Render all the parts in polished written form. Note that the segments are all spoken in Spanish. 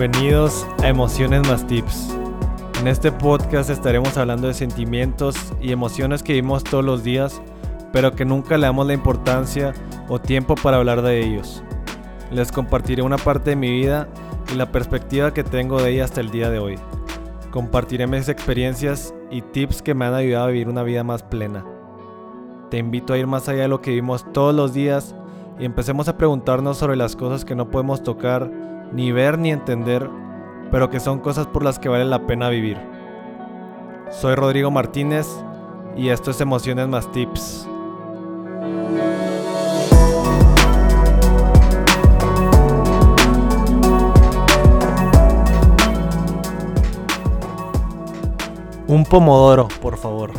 Bienvenidos a Emociones más Tips. En este podcast estaremos hablando de sentimientos y emociones que vivimos todos los días, pero que nunca le damos la importancia o tiempo para hablar de ellos. Les compartiré una parte de mi vida y la perspectiva que tengo de ella hasta el día de hoy. Compartiré mis experiencias y tips que me han ayudado a vivir una vida más plena. Te invito a ir más allá de lo que vivimos todos los días y empecemos a preguntarnos sobre las cosas que no podemos tocar, ni ver ni entender, pero que son cosas por las que vale la pena vivir. Soy Rodrigo Martínez y esto es Emociones más Tips. Un pomodoro, por favor.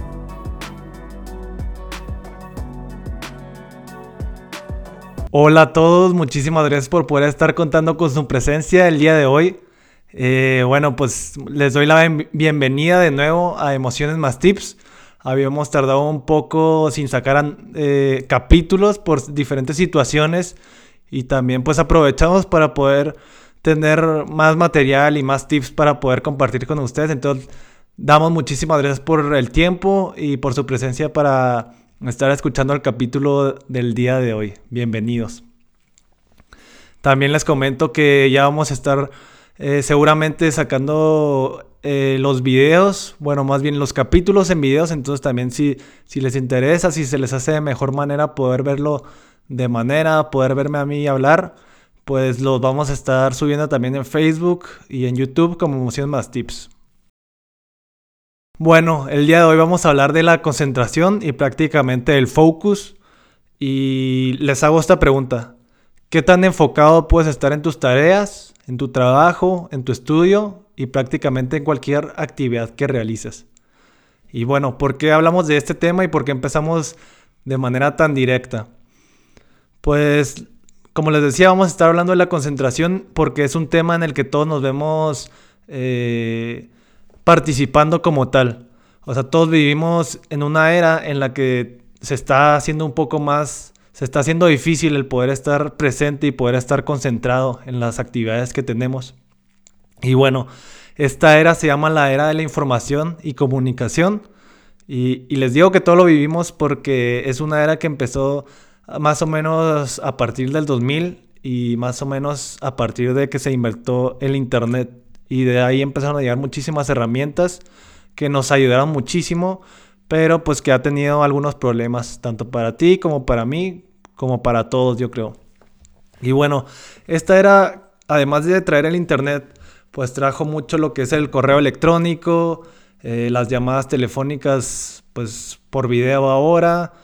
Hola a todos, muchísimas gracias por poder estar contando con su presencia el día de hoy. Pues les doy la bienvenida de nuevo a Emociones más Tips. Habíamos tardado un poco sin sacar capítulos por diferentes situaciones y también pues aprovechamos para poder tener más material y más tips para poder compartir con ustedes. Entonces damos muchísimas gracias por el tiempo y por su presencia para estar escuchando el capítulo del día de hoy. Bienvenidos. También les comento que ya vamos a estar seguramente sacando los videos, más bien los capítulos en videos. Entonces también si les interesa, si se les hace de mejor manera poder verlo de manera, poder verme a mí hablar, pues los vamos a estar subiendo también en Facebook y en YouTube como Emociones más Tips. Bueno, el día de hoy vamos a hablar de la concentración y prácticamente el focus. Y les hago esta pregunta. ¿Qué tan enfocado puedes estar en tus tareas, en tu trabajo, en tu estudio y prácticamente en cualquier actividad que realices? Y bueno, ¿por qué hablamos de este tema y por qué empezamos de manera tan directa? Pues, como les decía, vamos a estar hablando de la concentración porque es un tema en el que todos nos vemos participando como tal. O sea, todos vivimos en una era en la que se está haciendo difícil el poder estar presente y poder estar concentrado en las actividades que tenemos. Y bueno, esta era se llama la era de la información y comunicación. Y les digo que todo lo vivimos porque es una era que empezó más o menos a partir del 2000 y más o menos a partir de que se inventó el internet. Y de ahí empezaron a llegar muchísimas herramientas que nos ayudaron muchísimo, pero pues que ha tenido algunos problemas, tanto para ti como para mí, como para todos, yo creo. Y bueno, esta era, además de traer el internet, pues trajo mucho lo que es el correo electrónico, las llamadas telefónicas pues por video ahora,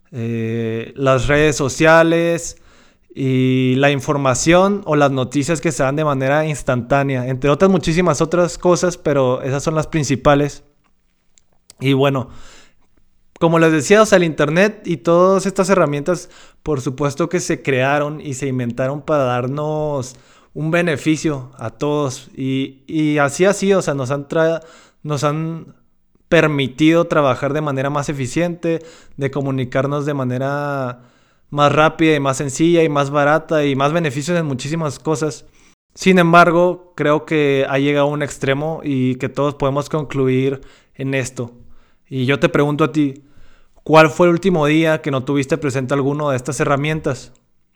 las redes sociales y la información o las noticias que se dan de manera instantánea, entre otras muchísimas otras cosas, pero esas son las principales. Y bueno, como les decía, o sea, el internet y todas estas herramientas, por supuesto que se crearon y se inventaron para darnos un beneficio a todos. Y así, o sea, nos han permitido trabajar de manera más eficiente, de comunicarnos de manera más rápida y más sencilla y más barata y más beneficios en muchísimas cosas. Sin embargo, creo que ha llegado a un extremo y que todos podemos concluir en esto. Y yo te pregunto a ti, ¿cuál fue el último día que no tuviste presente alguna de estas herramientas?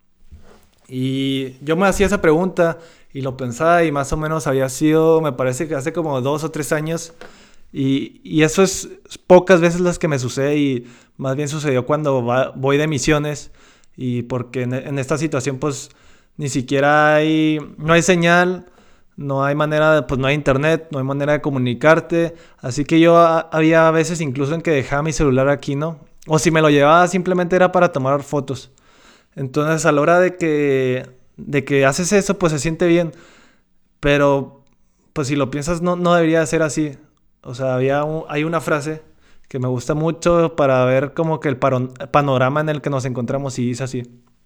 Y yo me hacía esa pregunta y lo pensaba y más o menos había sido, me parece que hace como 2 o 3 años. Y eso es pocas veces las que me sucede y más bien sucedió cuando voy de misiones y porque en esta situación pues ni siquiera no hay señal, no hay manera, pues no hay internet, no hay manera de comunicarte, así que yo había veces incluso en que dejaba mi celular aquí, ¿no? O si me lo llevaba simplemente era para tomar fotos. Entonces a la hora de que haces eso pues se siente bien, pero pues si lo piensas no debería ser así. O sea, hay una frase que me gusta mucho para ver como que el panorama en el que nos encontramos y dice así.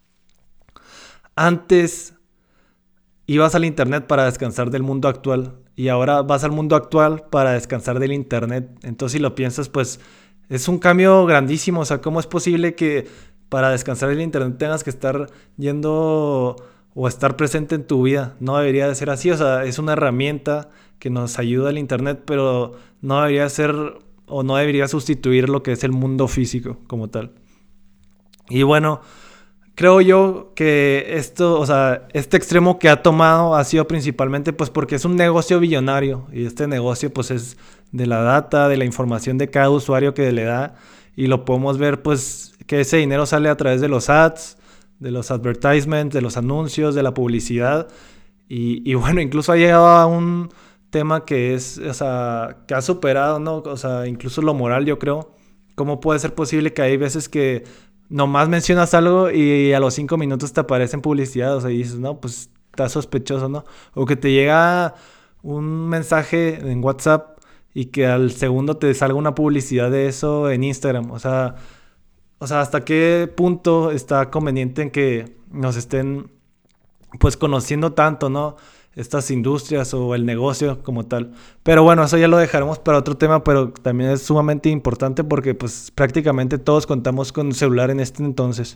Antes ibas al internet para descansar del mundo actual y ahora vas al mundo actual para descansar del internet. Entonces si lo piensas pues es un cambio grandísimo. O sea, ¿cómo es posible que para descansar del internet tengas que estar yendo o estar presente en tu vida. No debería de ser así, o sea, es una herramienta que nos ayuda el internet, pero no debería ser o no debería sustituir lo que es el mundo físico como tal. Y bueno, creo yo que esto, o sea, este extremo que ha tomado ha sido principalmente pues porque es un negocio billonario y este negocio pues es de la data, de la información de cada usuario que le da y lo podemos ver pues que ese dinero sale a través de los ads, de los advertisements, de los anuncios, de la publicidad y bueno, incluso ha llegado a un tema que es, o sea, que ha superado, ¿no? O sea, incluso lo moral yo creo. ¿Cómo puede ser posible que hay veces que nomás mencionas algo y a los 5 minutos te aparece en publicidad? O sea, y dices, no, pues está sospechoso, ¿no? O que te llega un mensaje en WhatsApp y que al segundo te salga una publicidad de eso en Instagram. O sea, ¿hasta qué punto está conveniente en que nos estén pues conociendo tanto, ¿no? Estas industrias o el negocio como tal. Pero bueno, eso ya lo dejaremos para otro tema, pero también es sumamente importante porque pues prácticamente todos contamos con celular en este entonces.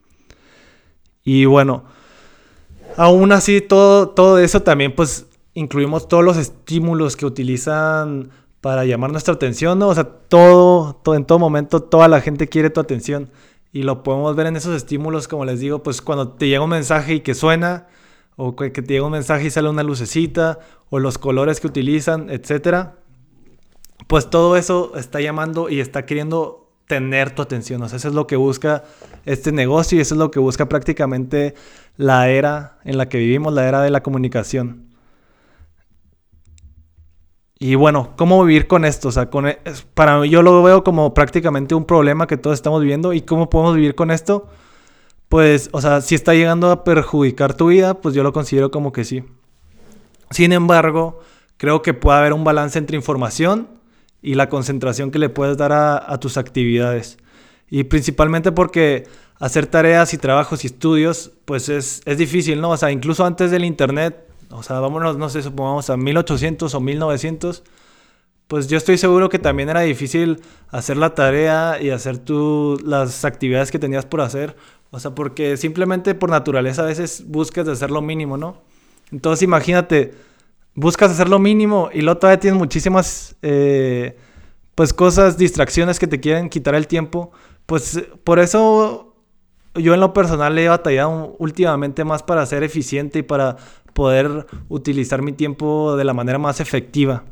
Y bueno, aún así todo eso también pues incluimos todos los estímulos que utilizan para llamar nuestra atención, ¿no? O sea, todo en todo momento toda la gente quiere tu atención y lo podemos ver en esos estímulos, como les digo, pues cuando te llega un mensaje y que suena, o que te llega un mensaje y sale una lucecita, o los colores que utilizan, etcétera, pues todo eso está llamando y está queriendo tener tu atención. O sea, eso es lo que busca este negocio y eso es lo que busca prácticamente la era en la que vivimos, la era de la comunicación. Y bueno, ¿cómo vivir con esto? O sea, para mí yo lo veo como prácticamente un problema que todos estamos viviendo. ¿Y cómo podemos vivir con esto? Pues, o sea, si está llegando a perjudicar tu vida, pues yo lo considero como que sí. Sin embargo, creo que puede haber un balance entre información y la concentración que le puedes dar a tus actividades. Y principalmente porque hacer tareas y trabajos y estudios, pues es difícil, ¿no? O sea, incluso antes del internet, o sea, vámonos, no sé, supongamos a 1800 o 1900, pues yo estoy seguro que también era difícil hacer la tarea y hacer las actividades que tenías por hacer. O sea, porque simplemente por naturaleza a veces buscas de hacer lo mínimo, ¿no? Entonces imagínate, buscas hacer lo mínimo y luego todavía tienes muchísimas pues cosas, distracciones que te quieren quitar el tiempo. Pues por eso yo en lo personal he batallado últimamente más para ser eficiente y para poder utilizar mi tiempo de la manera más efectiva.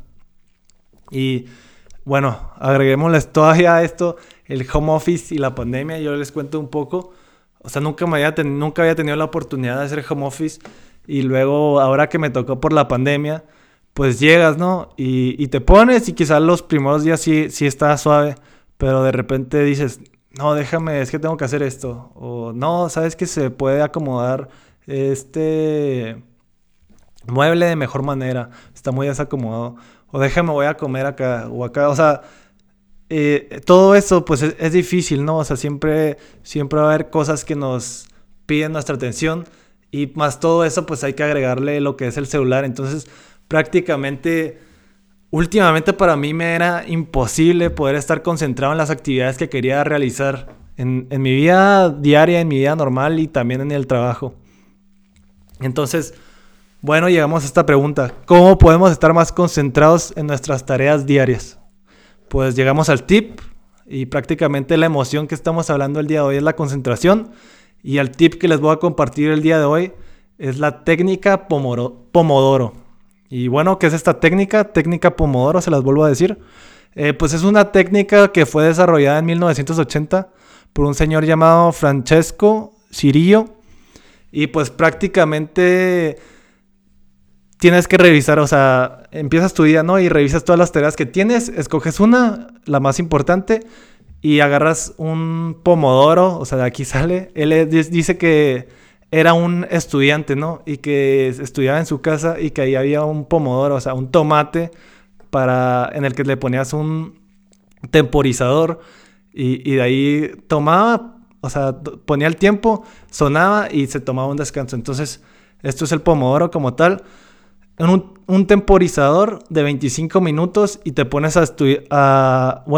Y bueno, agreguémosles todavía a esto el home office y la pandemia. Yo les cuento un poco. O sea, nunca había tenido la oportunidad de hacer home office. Y luego, ahora que me tocó por la pandemia, pues llegas, ¿no? Y te pones y quizás los primeros días sí está suave. Pero de repente dices, no, déjame, es que tengo que hacer esto. O no, sabes que se puede acomodar este mueble de mejor manera. Está muy desacomodado. O déjame, voy a comer acá o acá. O sea, todo eso pues es difícil, ¿no? O sea, siempre va a haber cosas que nos piden nuestra atención y más todo eso pues hay que agregarle lo que es el celular. Entonces prácticamente últimamente para mí me era imposible poder estar concentrado en las actividades que quería realizar en mi vida diaria, en mi vida normal y también en el trabajo. Entonces, bueno, llegamos a esta pregunta: ¿cómo podemos estar más concentrados en nuestras tareas diarias? Pues llegamos al tip y prácticamente la emoción que estamos hablando el día de hoy es la concentración y el tip que les voy a compartir el día de hoy es la técnica Pomodoro. Y bueno, ¿qué es esta técnica? Técnica Pomodoro, se las vuelvo a decir. Pues es una técnica que fue desarrollada en 1980 por un señor llamado Francesco Cirillo y pues prácticamente tienes que revisar, o sea, empiezas tu día, ¿no? Y revisas todas las tareas que tienes, escoges una, la más importante, y agarras un pomodoro, o sea, de aquí sale. Él dice que era un estudiante, ¿no? Y que estudiaba en su casa y que ahí había un pomodoro, o sea, un tomate en el que le ponías un temporizador y de ahí tomaba, o sea, ponía el tiempo, sonaba y se tomaba un descanso. Entonces, esto es el pomodoro como tal. Un temporizador de 25 minutos y te pones a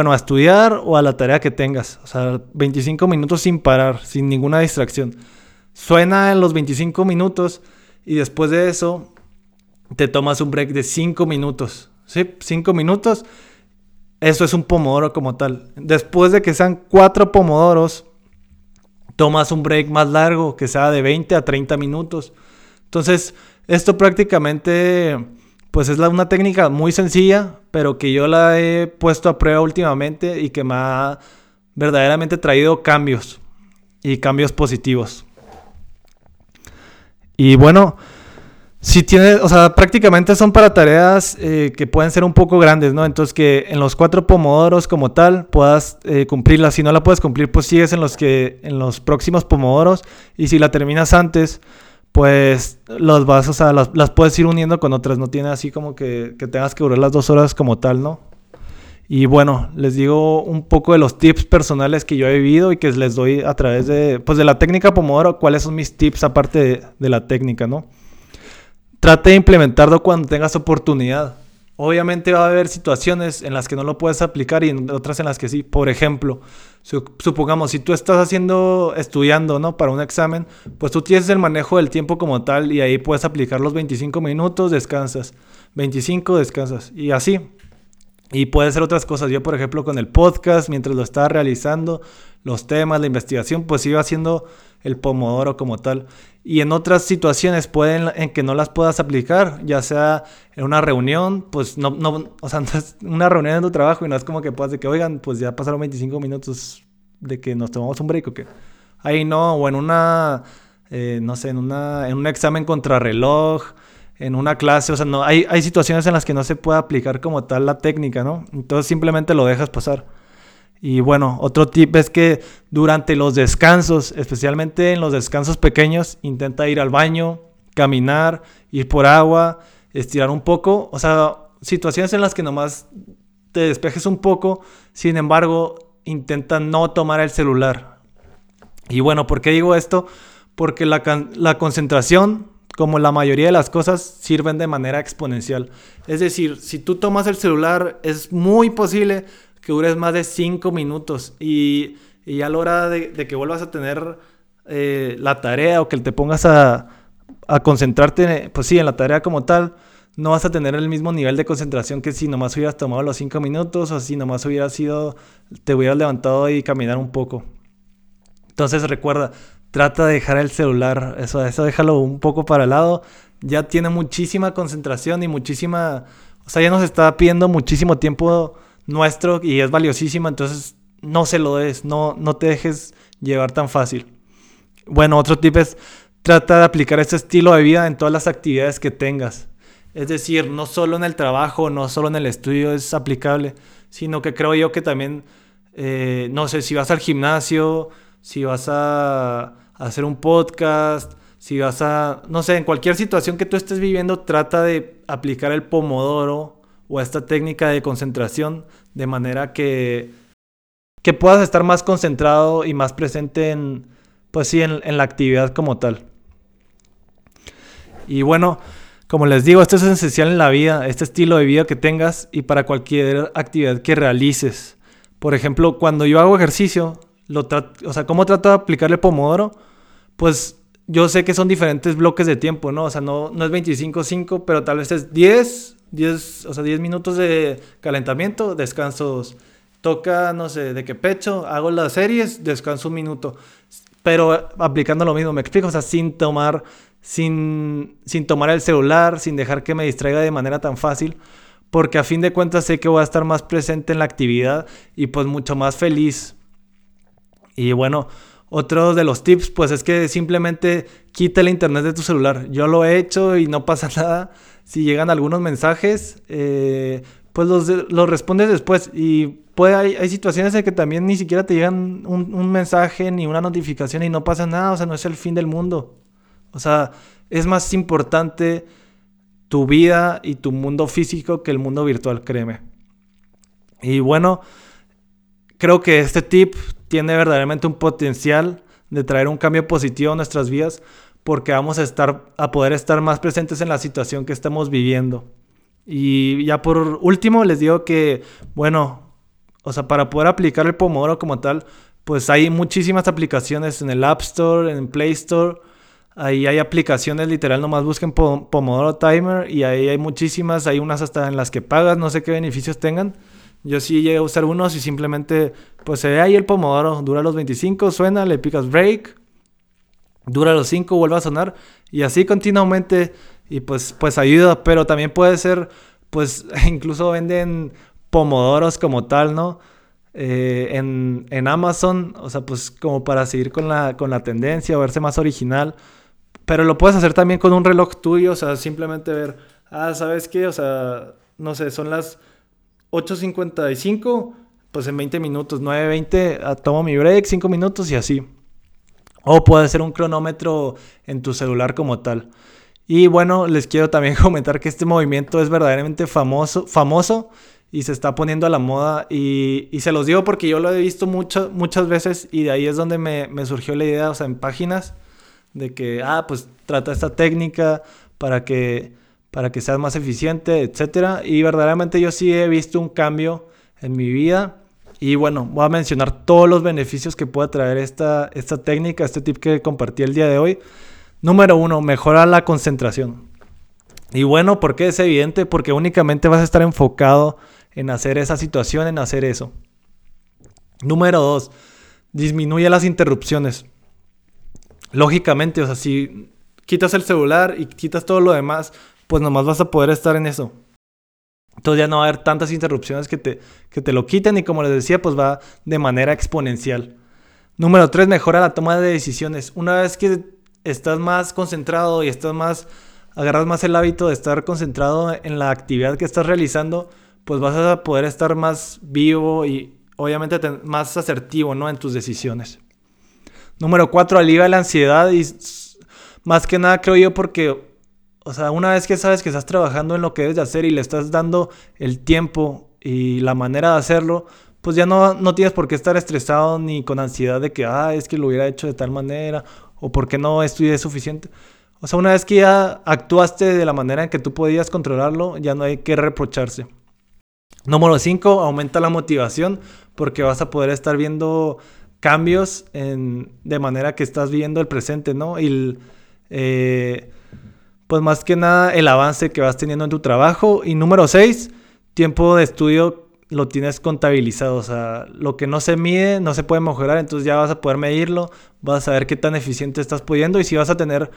estudiar o a la tarea que tengas. O sea, 25 minutos sin parar, sin ninguna distracción. suena en los 25 minutos y después de eso te tomas un break de 5 minutos. ¿Sí? 5 minutos. Eso es un pomodoro como tal. Después de que sean 4 pomodoros, tomas un break más largo, que sea de 20 a 30 minutos. Entonces, esto prácticamente, pues es una técnica muy sencilla, pero que yo la he puesto a prueba últimamente y que me ha verdaderamente traído cambios y cambios positivos. Y bueno, si tienes, o sea, prácticamente son para tareas que pueden ser un poco grandes, ¿no? Entonces que en los 4 pomodoros como tal puedas cumplirla. Si no la puedes cumplir, pues sigues en los próximos pomodoros. Y si la terminas antes, pues las puedes ir uniendo con otras. No tiene así como que tengas que durar las 2 horas como tal, ¿no? Y bueno, les digo un poco de los tips personales que yo he vivido y que les doy a través de la técnica Pomodoro. ¿Cuáles son mis tips aparte de la técnica, no? Trate de implementarlo cuando tengas oportunidad. Obviamente va a haber situaciones en las que no lo puedes aplicar y en otras en las que sí. Por ejemplo, supongamos, si tú estás estudiando, ¿no? Para un examen, pues tú tienes el manejo del tiempo como tal y ahí puedes aplicar los 25 minutos, descansas. 25, descansas. Y así. Y puede ser otras cosas. Yo, por ejemplo, con el podcast, mientras lo estaba realizando, los temas, la investigación, pues iba haciendo el pomodoro como tal. Y en otras situaciones pueden en que no las puedas aplicar, ya sea en una reunión, pues no, o sea, no es una reunión en tu trabajo y no es como que puedas de que, oigan, pues ya pasaron 25 minutos de que nos tomamos un break o qué. Ahí no, o en una, no sé, en un examen contrarreloj, en una clase, o sea, no, hay situaciones en las que no se puede aplicar como tal la técnica, ¿no? Entonces simplemente lo dejas pasar. Y bueno, otro tip es que durante los descansos, especialmente en los descansos pequeños, intenta ir al baño, caminar, ir por agua, estirar un poco. O sea, situaciones en las que nomás te despejes un poco. Sin embargo, intenta no tomar el celular. Y bueno, ¿por qué digo esto? Porque la concentración, como la mayoría de las cosas, sirven de manera exponencial. Es decir, si tú tomas el celular, es muy posible que dures más de 5 minutos y a la hora de que vuelvas a tener la tarea o que te pongas a concentrarte, pues sí, en la tarea como tal, no vas a tener el mismo nivel de concentración que si nomás hubieras tomado los 5 minutos o si nomás te hubieras levantado y caminar un poco. Entonces recuerda, trata de dejar el celular, eso déjalo un poco para el lado. Ya tiene muchísima concentración y o sea, ya nos está pidiendo muchísimo tiempo nuestro y es valiosísimo, entonces no se lo des, no te dejes llevar tan fácil. Bueno, otro tip es trata de aplicar este estilo de vida en todas las actividades que tengas. Es decir, no solo en el trabajo, no solo en el estudio es aplicable, sino que creo yo que también, no sé, si vas al gimnasio, si vas a hacer un podcast, si vas no sé, en cualquier situación que tú estés viviendo, trata de aplicar el pomodoro o esta técnica de concentración de manera que puedas estar más concentrado y más presente en la actividad como tal. Y bueno, como les digo, esto es esencial en la vida, este estilo de vida que tengas y para cualquier actividad que realices. Por ejemplo, cuando yo hago ejercicio, ¿cómo trato de aplicar el pomodoro? Pues yo sé que son diferentes bloques de tiempo, ¿no? O sea, no es 25-5, pero tal vez es 10 minutos de calentamiento, descansos. Toca, no sé, de qué pecho, hago las series, descanso un minuto. Pero aplicando lo mismo, ¿me explico? O sea, sin tomar el celular, sin dejar que me distraiga de manera tan fácil. Porque a fin de cuentas sé que voy a estar más presente en la actividad y pues mucho más feliz. Y bueno, otro de los tips pues es que simplemente quita el internet de tu celular. Yo lo he hecho y no pasa nada. Si llegan algunos mensajes, pues los respondes después. Y hay situaciones en que también ni siquiera te llegan un mensaje ni una notificación y no pasa nada. O sea, no es el fin del mundo. O sea, es más importante tu vida y tu mundo físico que el mundo virtual, créeme. Y bueno, creo que este tip tiene verdaderamente un potencial de traer un cambio positivo a nuestras vidas porque vamos a poder estar más presentes en la situación que estamos viviendo. Y ya por último les digo que, bueno, o sea, para poder aplicar el pomodoro como tal, pues hay muchísimas aplicaciones en el App Store, en Play Store. Ahí hay aplicaciones, literal, nomás busquen Pomodoro Timer y ahí hay muchísimas. Hay unas hasta en las que pagas, no sé qué beneficios tengan. Yo sí llegué a usar unos y simplemente, pues se ve ahí el Pomodoro, dura los 25, suena, le picas break, dura los 5, vuelve a sonar y así continuamente y pues ayuda, pero también puede ser, pues incluso venden pomodoros como tal, ¿no? En Amazon, o sea, pues como para seguir con la tendencia o verse más original, pero lo puedes hacer también con un reloj tuyo, o sea, simplemente ver, ¿sabes qué? O sea, no sé, son las 8:55, pues en 20 minutos, 9:20, tomo mi break, 5 minutos y así. O puede ser un cronómetro en tu celular como tal. Y bueno, les quiero también comentar que este movimiento es verdaderamente famoso y se está poniendo a la moda. Y se los digo porque yo lo he visto muchas veces y de ahí es donde me surgió la idea, o sea, en páginas, de que, pues trata esta técnica para que seas más eficiente, etcétera. Y verdaderamente yo sí he visto un cambio en mi vida. Y bueno, voy a mencionar todos los beneficios que puede traer esta técnica, este tip que compartí el día de hoy. Número 1, mejora la concentración. Y bueno, ¿por qué es evidente? Porque únicamente vas a estar enfocado en hacer esa situación, en hacer eso. Número 2, disminuye las interrupciones. Lógicamente, o sea, si quitas el celular y quitas todo lo demás, pues nomás vas a poder estar en eso. Entonces ya no va a haber tantas interrupciones que te lo quiten y como les decía, pues va de manera exponencial. Número 3, mejora la toma de decisiones. Una vez que estás más concentrado y agarras más el hábito de estar concentrado en la actividad que estás realizando, pues vas a poder estar más vivo y obviamente más asertivo, ¿no? En tus decisiones. Número 4, alivia la ansiedad y más que nada creo yo porque, o sea, una vez que sabes que estás trabajando en lo que debes de hacer y le estás dando el tiempo y la manera de hacerlo, pues ya no tienes por qué estar estresado ni con ansiedad de que, es que lo hubiera hecho de tal manera o porque no estudié suficiente. O sea, una vez que ya actuaste de la manera en que tú podías controlarlo, ya no hay que reprocharse. Número 5, aumenta la motivación porque vas a poder estar viendo cambios de manera que estás viendo el presente, ¿no? Y pues más que nada el avance que vas teniendo en tu trabajo. Y número 6, tiempo de estudio lo tienes contabilizado. O sea, lo que no se mide no se puede mejorar, entonces ya vas a poder medirlo, vas a saber qué tan eficiente estás pudiendo y si vas a tener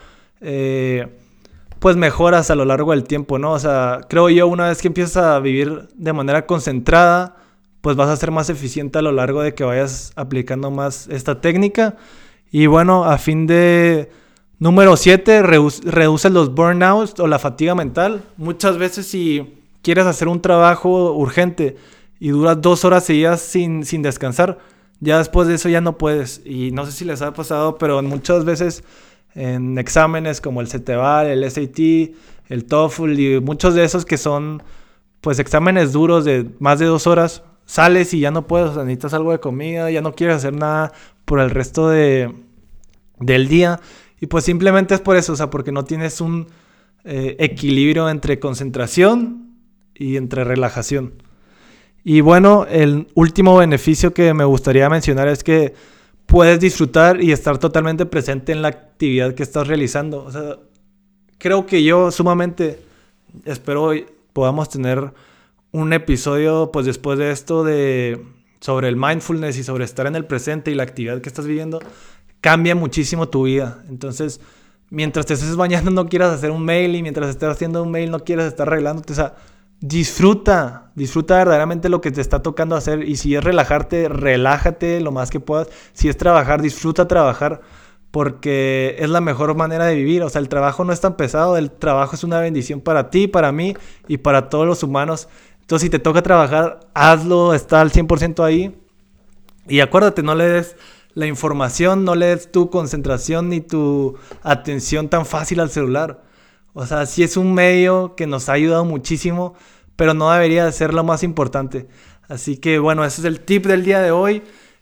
pues mejoras a lo largo del tiempo, ¿no? O sea, creo yo una vez que empiezas a vivir de manera concentrada, pues vas a ser más eficiente a lo largo de que vayas aplicando más esta técnica. Y bueno, a fin de... Número 7, reduce los burnouts o la fatiga mental. Muchas veces si quieres hacer un trabajo urgente y duras 2 horas seguidas sin descansar, ya después de eso ya no puedes. Y no sé si les ha pasado, pero muchas veces en exámenes como el CETEVAL, el SAT, el TOEFL y muchos de esos que son pues exámenes duros de más de 2 horas, sales y ya no puedes, o sea, necesitas algo de comida, ya no quieres hacer nada por el resto del día. Y pues simplemente es por eso, o sea, porque no tienes un equilibrio entre concentración y entre relajación. Y bueno, el último beneficio que me gustaría mencionar es que puedes disfrutar y estar totalmente presente en la actividad que estás realizando. O sea, creo que yo sumamente espero podamos tener un episodio pues después de esto sobre el mindfulness y sobre estar en el presente y la actividad que estás viviendo. Cambia muchísimo tu vida. Entonces, mientras te estés bañando no quieras hacer un mail y mientras estés haciendo un mail no quieras estar arreglándote. O sea, disfruta verdaderamente lo que te está tocando hacer. Y si es relajarte, relájate lo más que puedas. Si es trabajar, disfruta trabajar porque es la mejor manera de vivir. O sea, el trabajo no es tan pesado. El trabajo es una bendición para ti, para mí y para todos los humanos. Entonces, si te toca trabajar, hazlo, está al 100% ahí. Y acuérdate, no le des la información, no le des tu concentración ni tu atención tan fácil al celular. O sea, sí es un medio que nos ha ayudado muchísimo, pero no debería de ser lo más importante. Así que bueno, ese es el tip del día de hoy.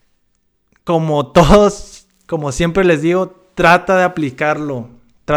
Como todos, como siempre les digo, trata de aplicarlo.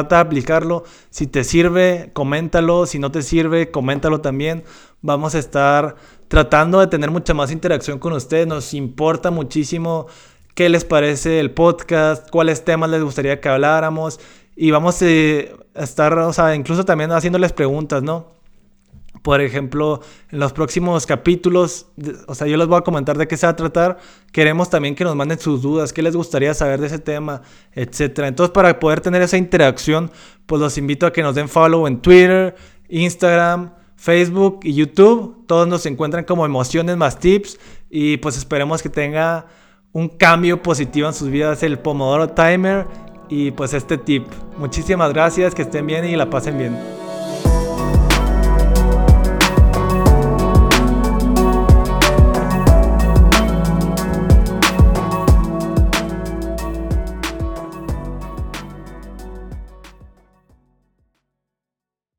Si te sirve, coméntalo. Si no te sirve, coméntalo también. Vamos a estar tratando de tener mucha más interacción con ustedes. Nos importa muchísimo qué les parece el podcast, cuáles temas les gustaría que habláramos. Y vamos a estar, o sea, incluso también haciéndoles preguntas, ¿no? Por ejemplo, en los próximos capítulos, o sea, yo les voy a comentar de qué se va a tratar. Queremos también que nos manden sus dudas, qué les gustaría saber de ese tema, etcétera. Entonces, para poder tener esa interacción, pues los invito a que nos den follow en Twitter, Instagram, Facebook y YouTube. Todos nos encuentran como Emociones más Tips. Y pues esperemos que tenga un cambio positivo en sus vidas el Pomodoro Timer y pues este tip. Muchísimas gracias, que estén bien y la pasen bien.